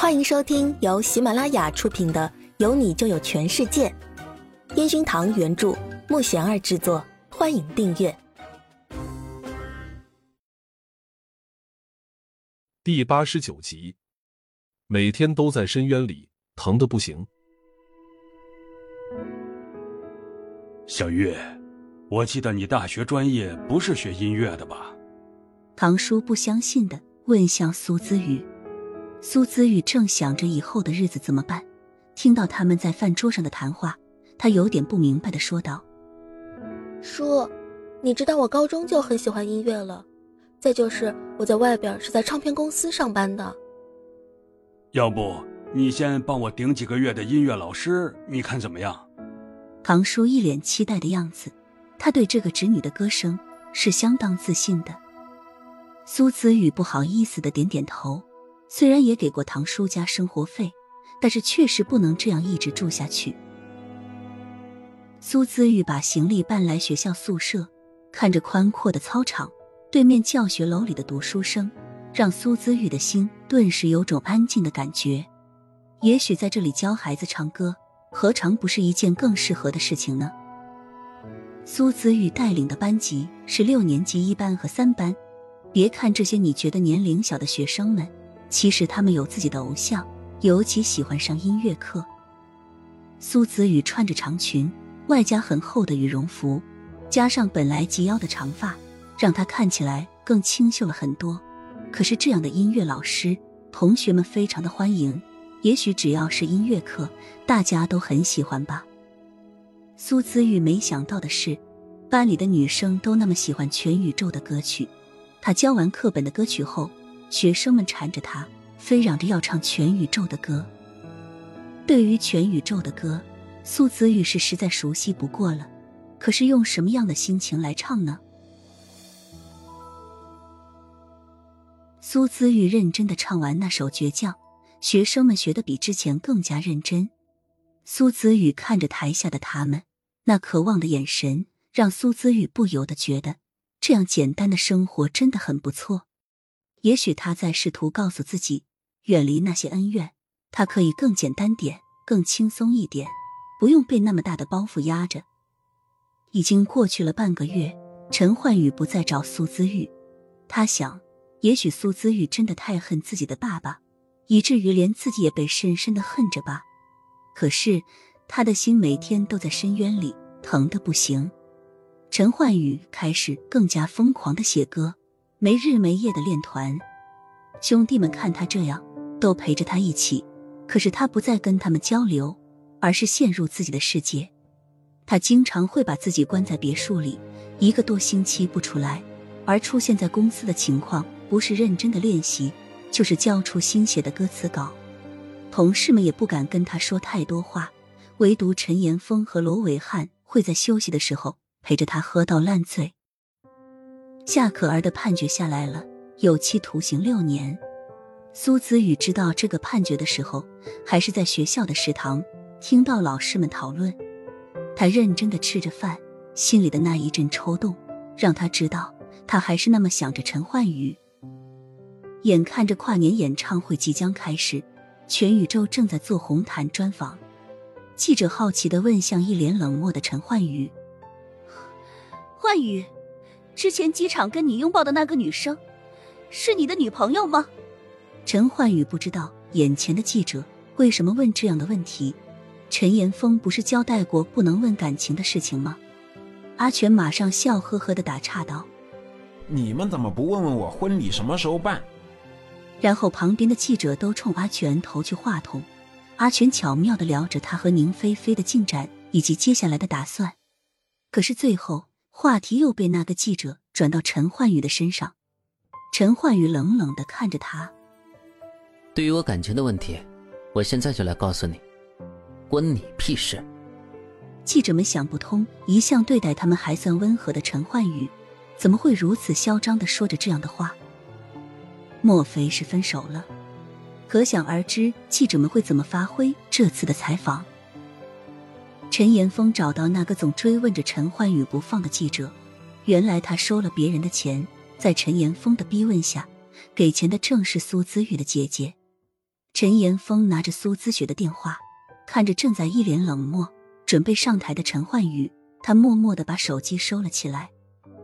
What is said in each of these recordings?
欢迎收听由喜马拉雅出品的《有你就有全世界》，烟熏堂原著，木贤儿制作，欢迎订阅。 第89集，每天都在深渊里，疼得不行。 小玉，我记得你大学专业不是学音乐的吧？ 唐叔不相信地问向苏姿雨。苏姿雨正想着以后的日子怎么办，听到他们在饭桌上的谈话，他有点不明白地说道： 叔，你知道我高中就很喜欢音乐了，再就是我在外边是在唱片公司上班的。 要不你先帮我顶几个月的音乐老师，你看怎么样？ 唐叔一脸期待的样子，他对这个侄女的歌声是相当自信的。苏姿雨不好意思的点点头，虽然也给过唐叔家生活费，但是确实不能这样一直住下去。苏姿雨把行李搬来学校宿舍，看着宽阔的操场，对面教学楼里的读书声，让苏姿雨的心顿时有种安静的感觉。也许在这里教孩子唱歌，何尝不是一件更适合的事情呢？苏姿雨带领的班级是6年级1班和3班，别看这些你觉得年龄小的学生们，其实他们有自己的偶像，尤其喜欢上音乐课。苏姿雨穿着长裙，外加很厚的羽绒服，加上本来及腰的长发，让她看起来更清秀了很多。可是这样的音乐老师，同学们非常的欢迎，也许只要是音乐课，大家都很喜欢吧。苏姿雨没想到的是，班里的女生都那么喜欢全宇宙的歌曲。她教完课本的歌曲后，学生们缠着她，非嚷着要唱全宇宙的歌。对于全宇宙的歌，苏姿雨是实在熟悉不过了，可是用什么样的心情来唱呢？苏姿雨认真地唱完那首倔强，学生们学得比之前更加认真。苏姿雨看着台下的他们，那渴望的眼神，让苏姿雨不由得觉得，这样简单的生活真的很不错。也许他在试图告诉自己，远离那些恩怨，他可以更简单点，更轻松一点，不用被那么大的包袱压着。已经过去了半个月，陈焕宇不再找苏姿雨，他想，也许苏姿雨真的太恨自己的爸爸，以至于连自己也被深深的恨着吧。可是他的心每天都在深渊里，疼得不行。陈焕宇开始更加疯狂地写歌，没日没夜地练团。兄弟们看他这样，都陪着他一起，可是他不再跟他们交流，而是陷入自己的世界。他经常会把自己关在别墅里，1个多星期不出来，而出现在公司的情况不是认真的练习，就是交出新写的歌词稿。同事们也不敢跟他说太多话，唯独陈岩峰和罗伟汉会在休息的时候陪着他喝到烂醉。夏可儿的判决下来了，有期徒刑6年。苏姿雨知道这个判决的时候，还是在学校的食堂，听到老师们讨论。他认真地吃着饭，心里的那一阵抽动，让他知道他还是那么想着陈焕宇。眼看着跨年演唱会即将开始，全宇宙正在做红毯专访。记者好奇地问向一脸冷漠的陈焕宇：焕宇，之前机场跟你拥抱的那个女生，是你的女朋友吗？陈焕宇不知道眼前的记者为什么问这样的问题。陈岩峰不是交代过不能问感情的事情吗？阿全马上笑呵呵地打岔道： 你们怎么不问问我婚礼什么时候办？ 然后旁边的记者都冲阿全投去话筒。阿全巧妙地聊着他和宁菲菲的进展以及接下来的打算。可是最后话题又被那个记者转到陈焕宇的身上。陈焕宇冷冷地看着他： 对于我感情的问题，我现在就来告诉你，关你屁事。 记者们想不通，一向对待他们还算温和的陈焕宇，怎么会如此嚣张地说着这样的话？莫非是分手了？可想而知，记者们会怎么发挥这次的采访。陈岩峰找到那个总追问着陈焕宇不放的记者，原来他收了别人的钱，在陈岩峰的逼问下，给钱的正是苏姿雨的姐姐。 陈岩峰拿着苏姿雪的电话，看着正在一脸冷漠准备上台的陈焕宇，他默默地把手机收了起来。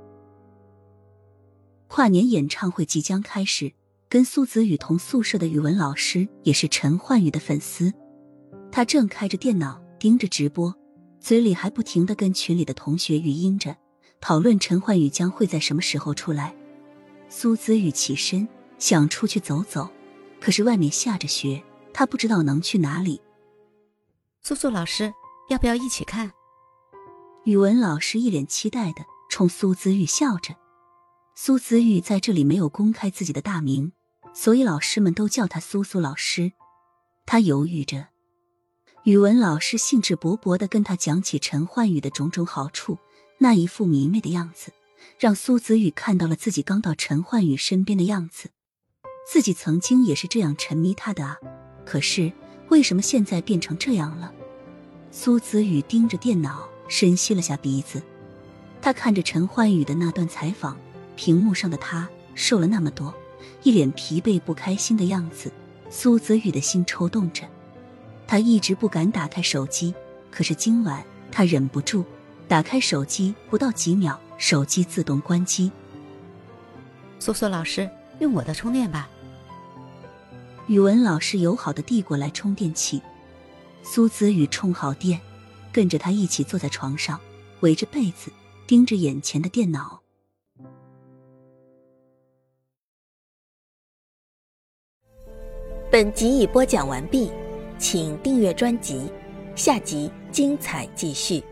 跨年演唱会即将开始，跟苏子宇同宿舍的语文老师也是陈焕宇的粉丝，他正开着电脑盯着直播，嘴里还不停地跟群里的同学语音着，讨论陈焕宇将会在什么时候出来。苏子宇起身想出去走走，可是外面下着雪，他不知道能去哪里。 苏苏老师，要不要一起看？ 语文老师一脸期待地冲苏子玉笑着。苏子玉在这里没有公开自己的大名，所以老师们都叫他苏苏老师。他犹豫着，语文老师兴致勃勃地跟他讲起陈焕宇的种种好处，那一副迷妹的样子，让苏子玉看到了自己刚到陈焕宇身边的样子。自己曾经也是这样沉迷他的啊，可是为什么现在变成这样了？苏子宇盯着电脑，深吸了下鼻子。他看着陈焕宇的那段采访，屏幕上的他瘦了那么多，一脸疲惫不开心的样子。苏子宇的心抽动着，他一直不敢打开手机，可是今晚他忍不住打开手机，不到几秒，手机自动关机。 苏苏老师，用我的充电吧。 语文老师友好地递过来充电器，苏子宇充好电，跟着他一起坐在床上，围着被子，盯着眼前的电脑。 本集已播讲完毕，请订阅专辑，下集精彩继续。